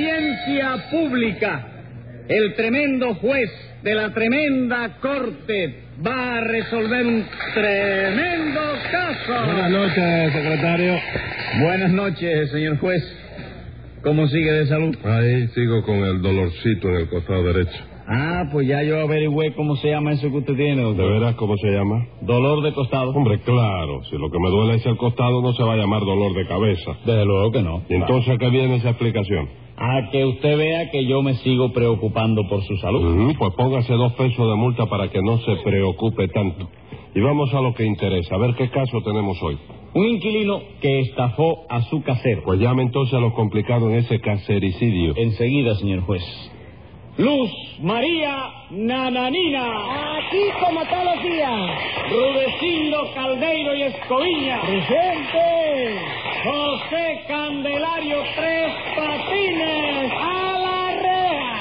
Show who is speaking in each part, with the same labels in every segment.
Speaker 1: Audiencia pública. El tremendo juez de la tremenda corte va a resolver un tremendo caso.
Speaker 2: Buenas noches, secretario.
Speaker 1: Buenas noches, señor juez. ¿Cómo sigue de salud?
Speaker 2: Ahí sigo con el dolorcito en el costado derecho.
Speaker 1: Ah, pues ya yo averigüé cómo se llama eso que usted tiene, doctor.
Speaker 2: ¿De veras cómo se llama?
Speaker 1: Dolor de costado.
Speaker 2: Hombre, claro, si lo que me duele es el costado no se va a llamar dolor de cabeza.
Speaker 1: Desde luego que no.
Speaker 2: ¿Y entonces a qué viene esa explicación?
Speaker 1: A que usted vea que yo me sigo preocupando por su salud.
Speaker 2: Pues póngase 2 pesos de multa para que no se preocupe tanto. Y vamos a lo que interesa, a ver qué caso tenemos hoy.
Speaker 1: Un inquilino que estafó a su casero.
Speaker 2: Pues llame entonces a lo complicado en ese casericidio.
Speaker 1: Enseguida, señor juez. Luz María Nananina.
Speaker 3: Aquí como todos los días.
Speaker 1: Rudecindo Caldeiro y Escoviña.
Speaker 3: ¡Presente!
Speaker 1: José Candelario Tres Patines.
Speaker 3: ¡A la reja!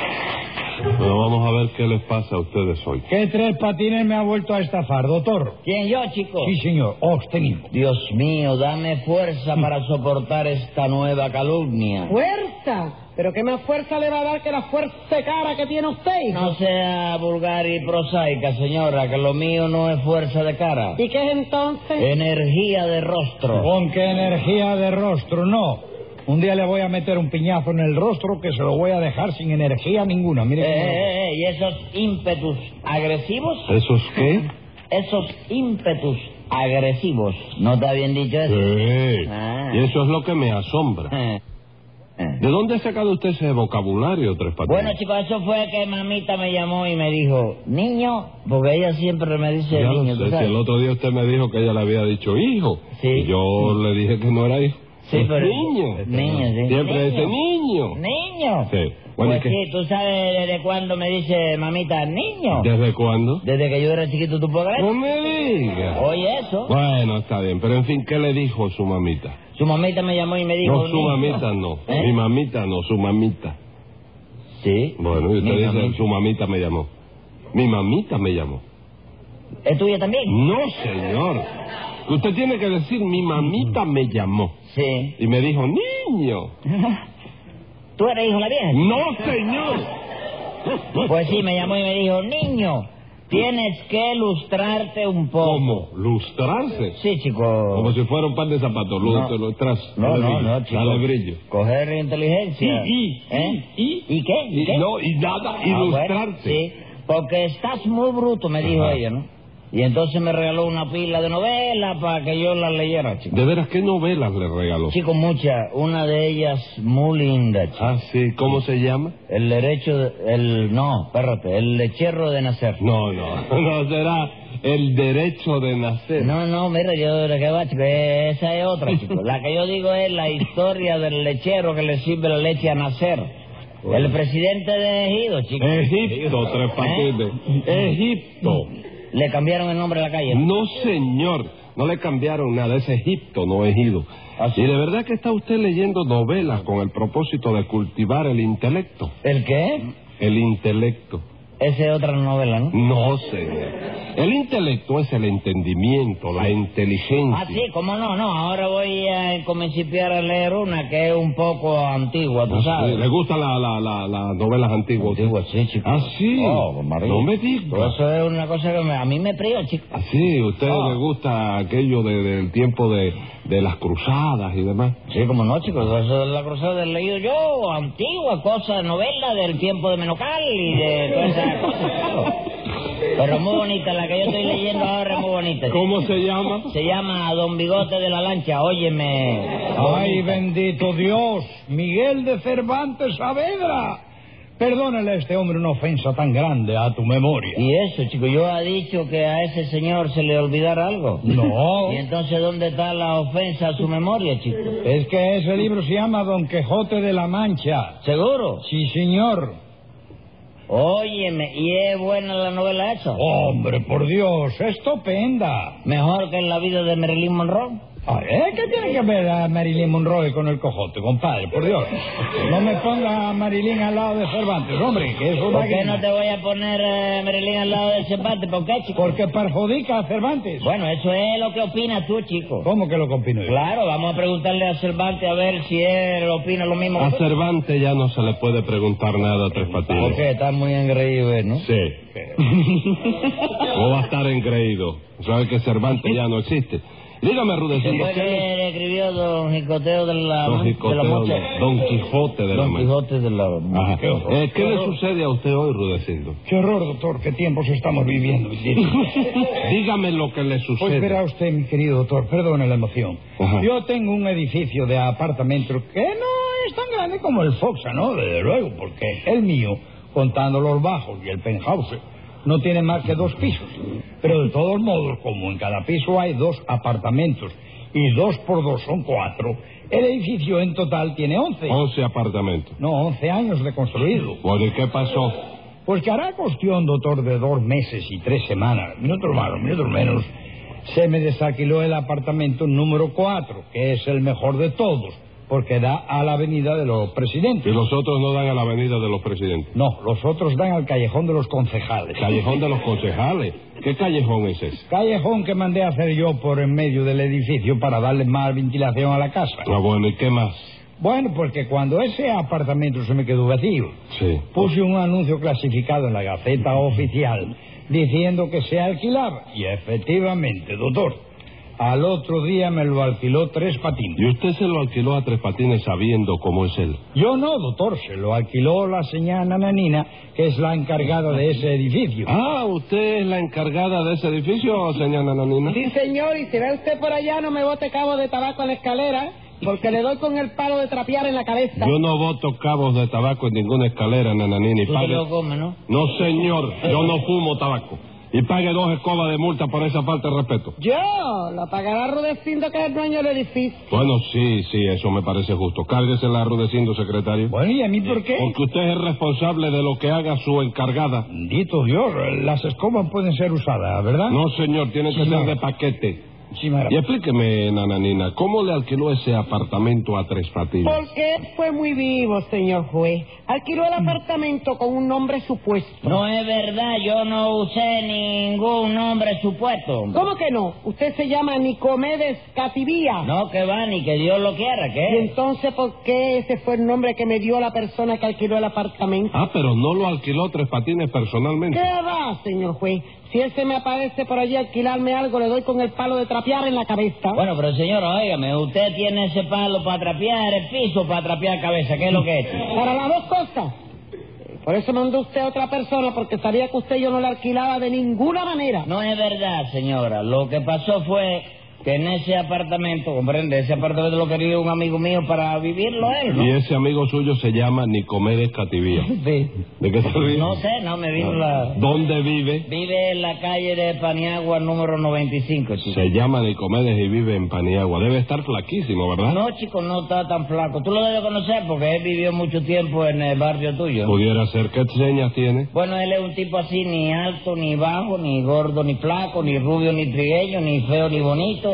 Speaker 2: Bueno, vamos a ver qué les pasa a ustedes hoy.
Speaker 4: ¿Qué Tres Patines me ha vuelto a estafar, doctor?
Speaker 3: ¿Quién, yo, chico?
Speaker 4: Sí, señor, usted mismo.
Speaker 3: Dios mío, dame fuerza para soportar esta nueva calumnia.
Speaker 5: ¡Fuerza! ¿Pero qué más fuerza le va a dar que la fuerza de cara que tiene usted, hijo?
Speaker 3: No sea vulgar y prosaica, señora, que lo mío no es fuerza de cara.
Speaker 5: ¿Y qué es entonces?
Speaker 3: Energía de rostro.
Speaker 4: ¿Con qué energía de rostro? No. Un día le voy a meter un piñazo en el rostro que se lo voy a dejar sin energía ninguna. Mire.
Speaker 3: ¿Y esos ímpetus agresivos?
Speaker 2: ¿Esos qué?
Speaker 3: Esos ímpetus agresivos. ¿No está bien dicho eso?
Speaker 2: Sí.
Speaker 3: Ah.
Speaker 2: Y eso es lo que me asombra. ¿De dónde ha sacado usted ese vocabulario, Tres Patines?
Speaker 3: Bueno, chicos, eso fue que mamita me llamó y me dijo, niño, porque ella siempre me dice
Speaker 2: Ya
Speaker 3: niño,
Speaker 2: lo
Speaker 3: ¿tú
Speaker 2: sé,
Speaker 3: sabes?
Speaker 2: si el otro día usted me dijo que ella le había dicho hijo.
Speaker 3: Sí.
Speaker 2: Y yo le dije que no era hijo.
Speaker 3: Sí,
Speaker 2: Es
Speaker 3: pero...
Speaker 2: niño.
Speaker 3: Niño, sí.
Speaker 2: Siempre dice
Speaker 3: Niño.
Speaker 2: niño.
Speaker 3: Niño.
Speaker 2: Sí. Bueno,
Speaker 3: Pues
Speaker 2: ¿y qué?
Speaker 3: sí, ¿tú sabes desde cuándo me dice mamita niño?
Speaker 2: ¿Desde cuándo?
Speaker 3: Desde que yo era chiquito, ¿tú puedes
Speaker 2: No
Speaker 3: creer?
Speaker 2: me diga.
Speaker 3: Oye, eso.
Speaker 2: Bueno, está bien, pero en fin, ¿qué le dijo su mamita?
Speaker 3: Su mamita me llamó y me dijo...
Speaker 2: No, su
Speaker 3: niño.
Speaker 2: mamita no.
Speaker 3: ¿Eh?
Speaker 2: Mi mamita no, su mamita.
Speaker 3: Sí.
Speaker 2: Bueno, y usted
Speaker 3: Mi
Speaker 2: dice,
Speaker 3: mamita.
Speaker 2: su mamita me llamó. Mi mamita me llamó.
Speaker 3: ¿Es tuya también?
Speaker 2: No, señor. Usted tiene que decir, mi mamita me llamó.
Speaker 3: Sí.
Speaker 2: Y me dijo, niño.
Speaker 3: ¿Tú eres hijo de la vieja?
Speaker 2: No, señor.
Speaker 3: Pues sí, me llamó y me dijo, niño, tienes que lustrarte un poco.
Speaker 2: ¿Cómo? ¿Lustrarse?
Speaker 3: Sí, chico.
Speaker 2: Como si fuera un par de zapatos. Lustras.
Speaker 3: No, chico.
Speaker 2: Dale brillo.
Speaker 3: Coger inteligencia.
Speaker 2: ¿Y
Speaker 3: qué? ¿Y qué?
Speaker 2: No, y nada, y
Speaker 3: Bueno,
Speaker 2: lustrarse.
Speaker 3: sí, porque estás muy bruto, me dijo
Speaker 2: Ajá.
Speaker 3: ella, ¿no? Y entonces me regaló una pila de novelas para que yo las leyera, chico.
Speaker 2: ¿De veras qué novelas le regaló?
Speaker 3: Chico, muchas. Una de ellas muy linda, chico.
Speaker 2: Ah, sí. ¿Cómo se llama?
Speaker 3: El lechero de nacer.
Speaker 2: No, no será el derecho de nacer.
Speaker 3: No, mira, ¿qué va, chico? Esa es otra, chico. La que yo digo es la historia del lechero que le sirve la leche a nacer. El presidente de Ejido, chico.
Speaker 2: Egipto, Tres Patines. Egipto.
Speaker 3: Le cambiaron el nombre a la calle.
Speaker 2: No, señor. No le cambiaron nada. Es Egipto, no Ejido.
Speaker 3: ¿Ah, sí?
Speaker 2: Y de verdad que está usted leyendo novelas con el propósito de cultivar el intelecto.
Speaker 3: ¿El qué?
Speaker 2: El intelecto.
Speaker 3: Esa es otra novela, ¿no?
Speaker 2: No, señor. El intelecto es el entendimiento, la inteligencia.
Speaker 3: Ah, sí, cómo no. Ahora voy a principiar a leer una que es un poco antigua, tú sabes.
Speaker 2: ¿Le gustan las novelas antiguas?
Speaker 3: Antigua, sí, chico.
Speaker 2: Ah, sí.
Speaker 3: Oh, María.
Speaker 2: No me diga.
Speaker 3: Pero eso es una cosa que a mí me priva, chico.
Speaker 2: Ah, sí, ¿a usted
Speaker 3: Oh.
Speaker 2: le gusta aquello del tiempo de las cruzadas y demás?
Speaker 3: Sí, como no, chicos. Eso de la cruzada he leído yo, antigua cosa, novela del tiempo de Menocal y de todas esas cosas, claro. Pero muy bonita, la que yo estoy leyendo ahora es muy bonita.
Speaker 2: ¿Cómo se llama?
Speaker 3: Se llama Don Bigote de la Lancha, óyeme.
Speaker 4: Ay,
Speaker 3: bonita.
Speaker 4: bendito Dios. Miguel de Cervantes Saavedra. Perdónale a este hombre una ofensa tan grande a tu memoria.
Speaker 3: Y eso, chico, yo ha dicho que a ese señor se le olvidara algo.
Speaker 4: No.
Speaker 3: ¿Y entonces dónde está la ofensa a su memoria, chico?
Speaker 4: Es que ese libro se llama Don Quijote de la Mancha.
Speaker 3: ¿Seguro?
Speaker 4: Sí, señor.
Speaker 3: Óyeme, ¿y es buena la novela esa?
Speaker 4: Hombre, por Dios, estupenda.
Speaker 3: ¿Mejor que en la vida de Marilyn Monroe?
Speaker 4: ¿Qué tiene que ver a Marilyn Monroe con el cojote, compadre? Por Dios. No me ponga a Marilyn al lado de Cervantes, hombre, que eso...
Speaker 3: ¿Por qué no te voy a poner Marilyn al lado de Cervantes? ¿Por qué, chico?
Speaker 4: Porque perjudica a Cervantes.
Speaker 3: Bueno, eso es lo que opinas tú, chico.
Speaker 4: ¿Cómo que lo que opino yo?
Speaker 3: Claro, vamos a preguntarle a Cervantes a ver si él opina lo mismo
Speaker 2: A
Speaker 3: que tú.
Speaker 2: Cervantes ya no se le puede preguntar nada a Tres Patines.
Speaker 3: ¿Por qué? Está muy engreído, ¿no?
Speaker 2: Sí. ¿Cómo va a estar engreído? ¿Sabe que Cervantes ya no existe? Dígame, Rudecindo,
Speaker 3: ¿Qué
Speaker 2: ¿qué le...
Speaker 3: le escribió Don Jicoteo de la...
Speaker 2: Don
Speaker 3: de la
Speaker 2: Jicoteo,
Speaker 3: Mocha?
Speaker 2: Don Quijote de la
Speaker 3: Don
Speaker 2: Mancha.
Speaker 3: Quijote de la...
Speaker 2: Ajá. ¿Qué le sucede a usted hoy, Rudecindo?
Speaker 4: Qué horror, doctor, qué tiempos estamos viviendo.
Speaker 2: Dígame lo que le sucede.
Speaker 4: Pues verá usted, mi querido doctor, perdone la emoción.
Speaker 2: Ajá.
Speaker 4: Yo tengo un edificio de apartamentos que no es tan grande como el Foxa, ¿no? Desde luego, porque el mío, contando los bajos y el penthouse, no tiene más que 2 pisos. Pero de todos modos, como en cada piso hay 2 apartamentos y 2 por 2 son 4, el edificio en total tiene 11.
Speaker 2: 11 apartamentos.
Speaker 4: No, 11 años de construido.
Speaker 2: Bueno, ¿y qué pasó?
Speaker 4: Pues que hará cuestión, doctor, de 2 meses y 3 semanas, minutos más, minutos menos, se me desalquiló el apartamento número 4, que es el mejor de todos, porque da a la avenida de los
Speaker 2: Y
Speaker 4: presidentes.
Speaker 2: los otros no dan a la avenida de los presidentes.
Speaker 4: No, los otros dan al callejón de los concejales.
Speaker 2: Callejón de los concejales. ¿Qué callejón es ese?
Speaker 4: Callejón que mandé a hacer yo por en medio del edificio para darle más ventilación a la casa.
Speaker 2: Ah, bueno, ¿y qué más?
Speaker 4: Bueno, porque cuando ese apartamento se me quedó vacío,
Speaker 2: Sí.
Speaker 4: puse un anuncio clasificado en la Gaceta Oficial diciendo que se alquilaba. Y efectivamente, doctor, al otro día me lo alquiló Tres Patines.
Speaker 2: ¿Y usted se lo alquiló a Tres Patines sabiendo cómo es él?
Speaker 4: Yo no, doctor, se lo alquiló la señora Nananina, que es la encargada de ese edificio.
Speaker 2: Ah, ¿usted es la encargada de ese edificio, señora Nananina?
Speaker 5: Sí, señor, y si ve usted por allá, no me bote cabo de tabaco en la escalera, porque le doy con el palo de trapear en la cabeza.
Speaker 2: Yo no boto cabos de tabaco en ninguna escalera, Nananina. Y
Speaker 3: Tú te
Speaker 2: pague...
Speaker 3: lo comes, ¿no?
Speaker 2: No, señor, yo no fumo tabaco. Y pague 2 escobas de multa por esa falta de respeto.
Speaker 5: Yo, lo pagará Rudecindo, que es el dueño del edificio.
Speaker 2: Bueno, sí, eso me parece justo. Cárguesela, Rudecindo, secretario.
Speaker 4: Bueno, ¿y a mí por qué?
Speaker 2: Porque usted es responsable de lo que haga su encargada.
Speaker 4: Bendito Dios, las escobas pueden ser usadas, ¿verdad?
Speaker 2: No, señor, tienen que
Speaker 4: Sí,
Speaker 2: ser
Speaker 4: no.
Speaker 2: de paquete.
Speaker 4: Sí, madre.
Speaker 2: Y explíqueme, Nananina, ¿cómo le alquiló ese apartamento a Tres Patines?
Speaker 5: Porque fue muy vivo, señor juez. Alquiló el apartamento con un nombre supuesto.
Speaker 3: No es verdad, yo no usé ningún nombre supuesto.
Speaker 5: ¿Cómo que no? Usted se llama Nicomedes Cativía.
Speaker 3: No, que va, ni que Dios lo quiera,
Speaker 5: ¿Y
Speaker 3: ¿qué?
Speaker 5: entonces por qué ese fue el nombre que me dio la persona que alquiló el apartamento?
Speaker 2: Ah, pero no lo alquiló Tres Patines personalmente.
Speaker 5: ¿Qué va, señor juez? Si él se me aparece por allí a alquilarme algo, le doy con el palo de trapear en la cabeza.
Speaker 3: Bueno, pero señor, óigame, usted tiene ese palo para trapear el piso, para trapear cabeza, ¿qué es lo que es?
Speaker 5: Para las 2 cosas. Por eso mandó usted a otra persona, porque sabía que usted yo no le alquilaba de ninguna manera.
Speaker 3: No es verdad, señora. Lo que pasó fue que en ese apartamento, comprende, ese apartamento lo quería un amigo mío para vivirlo él, ¿no?
Speaker 2: Y ese amigo suyo se llama Nicomedes Cativía.
Speaker 3: Sí.
Speaker 2: ¿De qué se ríe?
Speaker 3: No sé, no me vino la...
Speaker 2: ¿Dónde vive?
Speaker 3: Vive en la calle de Paniagua número 95, chico.
Speaker 2: Se llama Nicomedes y vive en Paniagua. Debe estar flaquísimo, ¿verdad?
Speaker 3: No, chico, no está tan flaco. Tú lo debes conocer porque él vivió mucho tiempo en el barrio tuyo.
Speaker 2: Pudiera ser. ¿Qué señas tiene?
Speaker 3: Bueno, él es un tipo así, ni alto, ni bajo, ni gordo, ni flaco, ni rubio, ni trigueño, ni feo, ni bonito.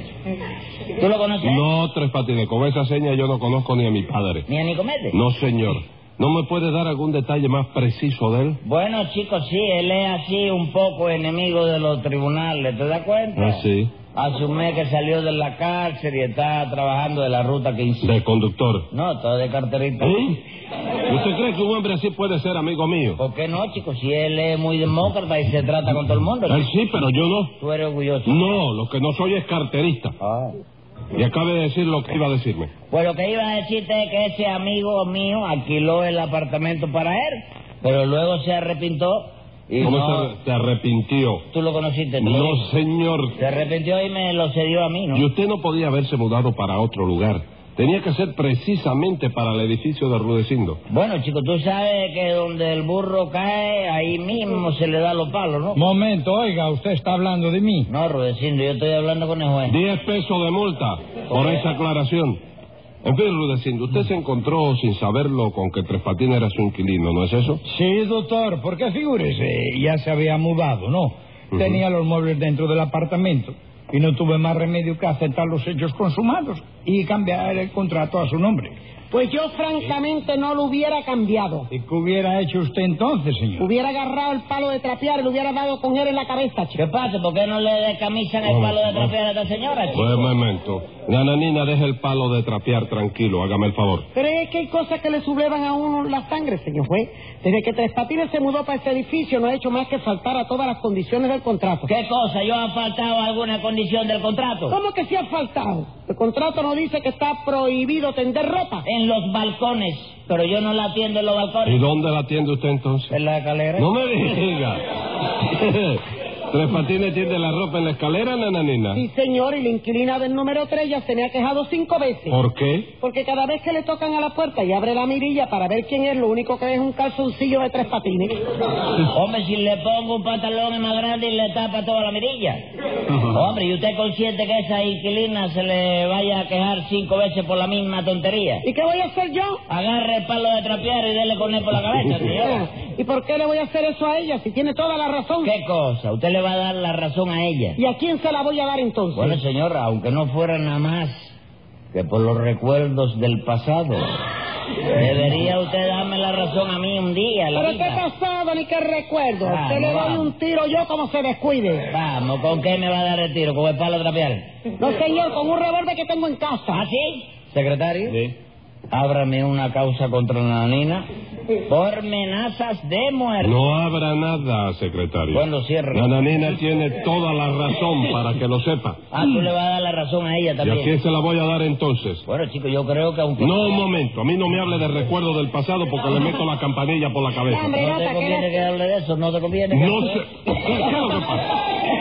Speaker 3: ¿Tú lo conoces?
Speaker 2: No, Tres Patines. Con esa seña yo no conozco ni a mi padre.
Speaker 3: ¿Ni a Nicomedes?
Speaker 2: No, señor. ¿No me puede dar algún detalle más preciso de él?
Speaker 3: Bueno, chicos, sí, él es así un poco enemigo de los tribunales, ¿te das cuenta?
Speaker 2: Ah, sí.
Speaker 3: Hace un mes que salió de la cárcel y está trabajando de la ruta 15.
Speaker 2: De conductor.
Speaker 3: No, está de carterita.
Speaker 2: ¿Eh? ¿Usted cree que un hombre así puede ser amigo mío?
Speaker 3: ¿Por qué no, chicos? Si él es muy demócrata y se trata con todo el mundo.
Speaker 2: Él sí, pero yo no.
Speaker 3: Tú eres orgulloso.
Speaker 2: No, lo que no soy es carterista.
Speaker 3: Ah.
Speaker 2: Y acabe de decir lo que iba a decirme.
Speaker 3: Pues lo que iba a decirte es que ese amigo mío alquiló el apartamento para él, pero luego se arrepintó y
Speaker 2: ¿Cómo
Speaker 3: no...
Speaker 2: se arrepintió?
Speaker 3: ¿Tú lo conociste? ¿Tú lo
Speaker 2: No,
Speaker 3: viste?
Speaker 2: señor.
Speaker 3: Se arrepintió y me lo cedió a mí, ¿no?
Speaker 2: Y usted no podía haberse mudado para otro lugar. Tenía que ser precisamente para el edificio de Rudecindo.
Speaker 3: Bueno, chico, tú sabes que donde el burro cae, ahí mismo se le da los palos, ¿no?
Speaker 4: Momento, oiga, usted está hablando de mí.
Speaker 3: No, Rudecindo, yo estoy hablando con el juez.
Speaker 2: 10 pesos de multa por esa aclaración. En fin, Rudecindo, usted se encontró sin saberlo con que Tres Patines era su inquilino, ¿no es eso?
Speaker 4: Sí, doctor, porque figúrese, ya se había mudado, ¿no? Tenía los muebles dentro del apartamento Y no tuve más remedio que aceptar los hechos consumados y cambiar el contrato a su nombre.
Speaker 5: Pues yo francamente no lo hubiera cambiado.
Speaker 4: ¿Y qué hubiera hecho usted entonces, señor?
Speaker 5: Hubiera agarrado el palo de trapear y le hubiera dado con él en la cabeza, chico.
Speaker 3: ¿Qué pasa? ¿Por qué no le descamisan el palo de trapear a esta señora, chico?
Speaker 2: Pues un momento. Nananina, deje el palo de trapear tranquilo, hágame el favor.
Speaker 5: Pero es que hay cosas que le sublevan a uno la sangre, señor juez. Desde que Tres Patines se mudó para este edificio no ha hecho más que faltar a todas las condiciones del contrato.
Speaker 3: ¿Qué cosa? ¿Yo he faltado a alguna condición del contrato?
Speaker 5: ¿Cómo que sí ha faltado? El contrato no dice que está prohibido tender ropa.
Speaker 3: En los balcones, pero yo no la atiendo en los
Speaker 2: ¿Y
Speaker 3: balcones.
Speaker 2: dónde la atiende usted entonces?
Speaker 3: ¿En la escalera?
Speaker 2: No me diga. ¿Tres Patines tiende la ropa en la escalera, Nananina?
Speaker 5: Sí, señor, y la inquilina del número 3 ya se me ha quejado 5 veces.
Speaker 2: ¿Por qué?
Speaker 5: Porque cada vez que le tocan a la puerta y abre la mirilla para ver quién es, lo único que ve es un calzoncillo de Tres Patines.
Speaker 3: Hombre, si le pongo un pantalón más grande y le tapa toda la mirilla. Hombre, ¿y usted es consciente que esa inquilina se le vaya a quejar 5 veces por la misma tontería?
Speaker 5: ¿Y qué voy a hacer yo?
Speaker 3: Agarre el palo de trapear y dele con él por la cabeza, señora.
Speaker 5: ¿Y por qué le voy a hacer eso a ella si tiene toda la razón?
Speaker 3: ¿Qué cosa? Usted le va a dar la razón a ella.
Speaker 5: ¿Y a quién se la voy a dar entonces?
Speaker 3: Bueno, señora, aunque no fuera nada más que por los recuerdos del pasado, debería usted darme la razón a mí un día, la
Speaker 5: ¿Pero
Speaker 3: vida.
Speaker 5: qué pasado ni qué recuerdo?
Speaker 3: Vamos,
Speaker 5: Usted le doy
Speaker 3: vamos.
Speaker 5: un tiro yo como se descuide.
Speaker 3: Vamos, ¿con qué me va a dar el tiro? ¿Con el palo de trapear?
Speaker 5: No, señor, con un revólver que tengo en casa.
Speaker 3: ¿Ah, sí? Secretario,
Speaker 2: Sí.
Speaker 3: ábrame una causa contra la Nananina por amenazas de muerte.
Speaker 2: No habrá nada, secretario.
Speaker 3: Bueno, cierre.
Speaker 2: Nananina tiene toda la razón, para que lo sepa.
Speaker 3: Ah, tú le vas a dar la razón a ella
Speaker 2: ¿Y a
Speaker 3: también.
Speaker 2: quién se la voy a dar entonces?
Speaker 3: Bueno, chico, yo creo que aunque...
Speaker 2: No, un momento. A mí no me hable de recuerdo del pasado porque le meto la campanilla por la cabeza.
Speaker 5: Hombre,
Speaker 3: No te
Speaker 5: Rata,
Speaker 3: conviene que hable de eso, no te conviene que
Speaker 2: No
Speaker 3: hable de
Speaker 2: sé.
Speaker 3: eso.
Speaker 2: ¿Qué es lo que pasa?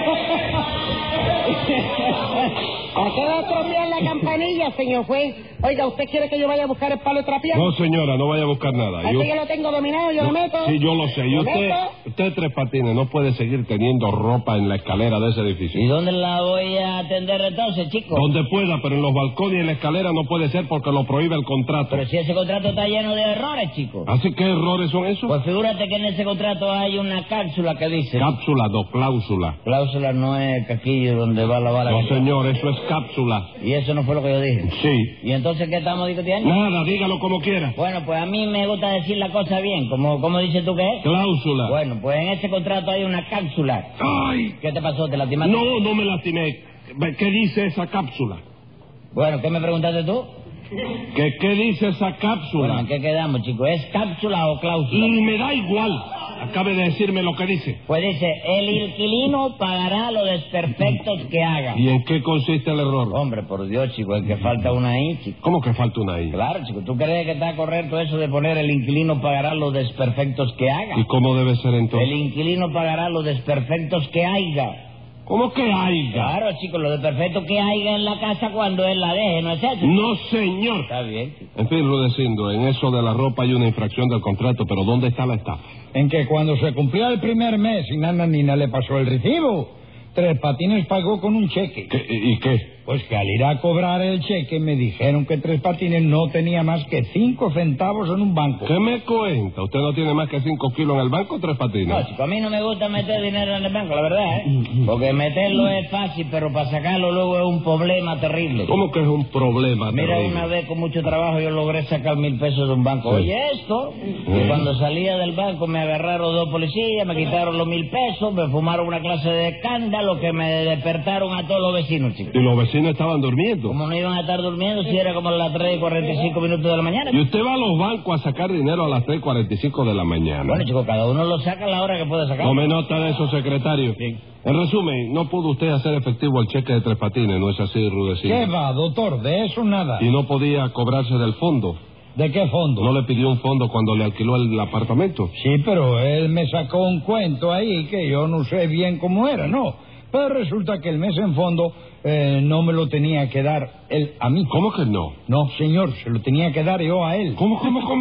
Speaker 5: ¿A qué va a tropear la campanilla, señor juez? Oiga, ¿usted quiere que yo vaya a buscar el palo de trapear?
Speaker 2: No, señora, no vaya a buscar nada.
Speaker 5: Así yo lo tengo dominado, yo lo meto.
Speaker 2: Sí, yo lo sé. Y
Speaker 5: ¿Lo
Speaker 2: usted,
Speaker 5: meto?
Speaker 2: Tres Patines, no puede seguir teniendo ropa en la escalera de ese
Speaker 3: ¿Y
Speaker 2: edificio.
Speaker 3: dónde la voy a atender entonces, chico?
Speaker 2: Donde pueda, pero en los balcones y en la escalera no puede ser porque lo prohíbe el contrato.
Speaker 3: Pero si ese contrato está lleno de errores, chico.
Speaker 2: ¿Así qué errores son esos?
Speaker 3: Pues figúrate que en ese contrato hay una cápsula que dice...
Speaker 2: Cápsula, no cláusula.
Speaker 3: Cláusula no es caquillo donde va la bala.
Speaker 2: No, señor, eso es cápsula.
Speaker 3: Y eso no fue lo que yo dije.
Speaker 2: Sí.
Speaker 3: ¿Y entonces qué estamos discutiendo?
Speaker 2: Nada, dígalo como quiera.
Speaker 3: Bueno, pues a mí me gusta decir la cosa bien. ¿Cómo dices tú que es?
Speaker 2: Cláusula.
Speaker 3: Bueno, pues en ese contrato hay una cápsula.
Speaker 2: ¡Ay!
Speaker 3: ¿Qué te pasó? ¿Te lastimaste?
Speaker 2: No, no me lastimé. ¿Qué dice esa cápsula?
Speaker 3: Bueno, ¿qué me preguntaste tú?
Speaker 2: ¿Qué dice esa
Speaker 3: Bueno,
Speaker 2: cápsula?
Speaker 3: ¿en qué quedamos, chico? ¿Es cápsula o cláusula?
Speaker 2: Y me da igual. Acabe de decirme lo que dice.
Speaker 3: Pues dice, el inquilino pagará los desperfectos que haga.
Speaker 2: ¿Y en qué consiste el error?
Speaker 3: Hombre, por Dios, chico, es que falta una ahí, chico.
Speaker 2: ¿Cómo que falta una I?
Speaker 3: Claro, chico, ¿tú crees que está correcto eso de poner el inquilino pagará los desperfectos que haga?
Speaker 2: ¿Y cómo debe ser
Speaker 3: El
Speaker 2: entonces?
Speaker 3: inquilino pagará los desperfectos que haya.
Speaker 2: ¿Cómo que haya?
Speaker 3: Claro, chico, los desperfectos que haya en la casa cuando él la deje, ¿no es eso?
Speaker 2: No, señor.
Speaker 3: Está bien, chico.
Speaker 2: En fin, Rudecindo, en eso de la ropa hay una infracción del contrato, pero ¿dónde está la estafa?
Speaker 4: En que cuando se cumplía el primer mes y Nananina le pasó el recibo, Tres Patines pagó con un cheque.
Speaker 2: ¿Y qué?
Speaker 4: Pues que al ir a cobrar el cheque me dijeron que Tres Patines no tenía más que 5 centavos en un banco.
Speaker 2: ¿Qué me cuenta? ¿Usted no tiene más que 5 kilos en el banco, Tres Patines?
Speaker 3: No, chico, a mí no me gusta meter dinero en el banco, la verdad, ¿eh? Porque meterlo es fácil, pero para sacarlo luego es un problema terrible.
Speaker 2: ¿Cómo que es un problema
Speaker 3: Mira,
Speaker 2: terrible?
Speaker 3: una vez con mucho trabajo yo logré sacar 1,000 pesos de un banco.
Speaker 2: Sí.
Speaker 3: Oye, esto, que cuando salía del banco me agarraron 2 policías, me quitaron los 1,000 pesos, me fumaron una clase de escándalo que me despertaron a todos los vecinos, chicos.
Speaker 2: ¿Y los vecinos estaban durmiendo?
Speaker 3: Como no iban a estar durmiendo si era como las 3:45 de la mañana.
Speaker 2: ¿Y usted va a los bancos a sacar dinero a las 3:45 de la mañana?
Speaker 3: Bueno, chicos, cada uno lo saca a la hora que puede sacar.
Speaker 2: Tome nota de eso, secretario.
Speaker 3: Sí.
Speaker 2: En resumen, no pudo usted hacer efectivo el cheque de Tres Patines, ¿no es así, Rudecindo?
Speaker 4: ¿Qué va, doctor? De eso nada.
Speaker 2: Y no podía cobrarse del fondo.
Speaker 4: ¿De qué fondo?
Speaker 2: ¿No le pidió un fondo cuando le alquiló el apartamento?
Speaker 4: Sí, pero él me sacó un cuento ahí que yo no sé bien cómo era, ¿no? Pero resulta que el mes en fondo no me lo tenía que dar él a mí.
Speaker 2: ¿Cómo que no?
Speaker 4: No, señor, se lo tenía que dar yo a él.
Speaker 2: ¿Cómo?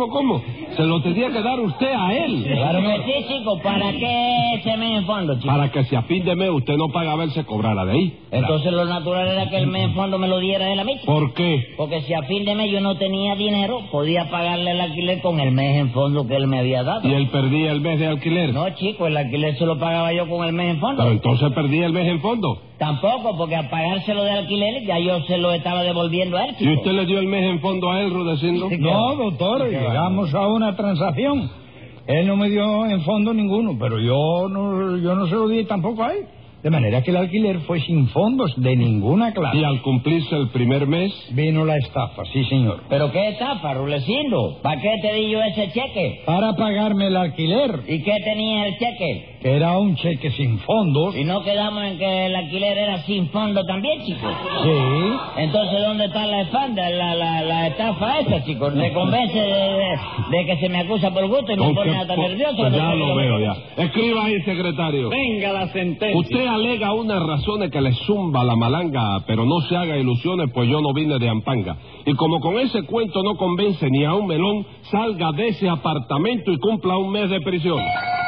Speaker 2: Se lo tenía que dar usted a él.
Speaker 3: Claro que sí, chicos. ¿Para qué ese mes en fondo, chicos?
Speaker 2: Para que si a fin de mes usted no paga, a ver, se cobrara de ahí.
Speaker 3: Entonces lo natural era que el mes en fondo me lo diera él a mí, chico.
Speaker 2: ¿Por qué?
Speaker 3: Porque si a fin de mes yo no tenía dinero, podía pagarle el alquiler con el mes en fondo que él me había dado.
Speaker 2: ¿Y él perdía el mes de alquiler?
Speaker 3: No, chico, el alquiler se lo pagaba yo con el mes en fondo.
Speaker 2: Pero entonces perdía el mes en fondo.
Speaker 3: Tampoco, porque al pagárselo de alquiler ya yo se lo estaba devolviendo a él, chico.
Speaker 2: ¿Y usted le dio el mes en fondo a él, Rudecindo?
Speaker 3: Sí,
Speaker 4: No, doctor, llegamos a una transacción. Él no me dio en fondo ninguno, pero yo no se lo di tampoco a él. De manera que el alquiler fue sin fondos de ninguna clase.
Speaker 2: Y al cumplirse el primer mes...
Speaker 4: Vino la estafa, sí, señor.
Speaker 3: ¿Pero qué estafa, Rulecindo? ¿Para qué te di yo ese cheque?
Speaker 4: Para pagarme el alquiler,
Speaker 3: ¿Y qué tenía el cheque?
Speaker 4: que era un cheque sin fondos.
Speaker 3: Y no quedamos en que el alquiler era sin fondo también, chico.
Speaker 4: Sí.
Speaker 3: Entonces, ¿dónde está la espalda, la estafa esa, chico? ¿Te convence de que se me acusa por gusto y me
Speaker 2: ¿Con
Speaker 3: pone
Speaker 2: qué
Speaker 3: hasta
Speaker 2: po-
Speaker 3: nervioso?
Speaker 2: Pues ya lo veo, ya. Escriba ahí, secretario.
Speaker 1: Venga la sentencia.
Speaker 2: Usted alega unas razones que le zumba la malanga, pero no se haga ilusiones, pues yo no vine de Ampanga. Y como con ese cuento no convence ni a un melón, salga de ese apartamento y cumpla un mes de prisión.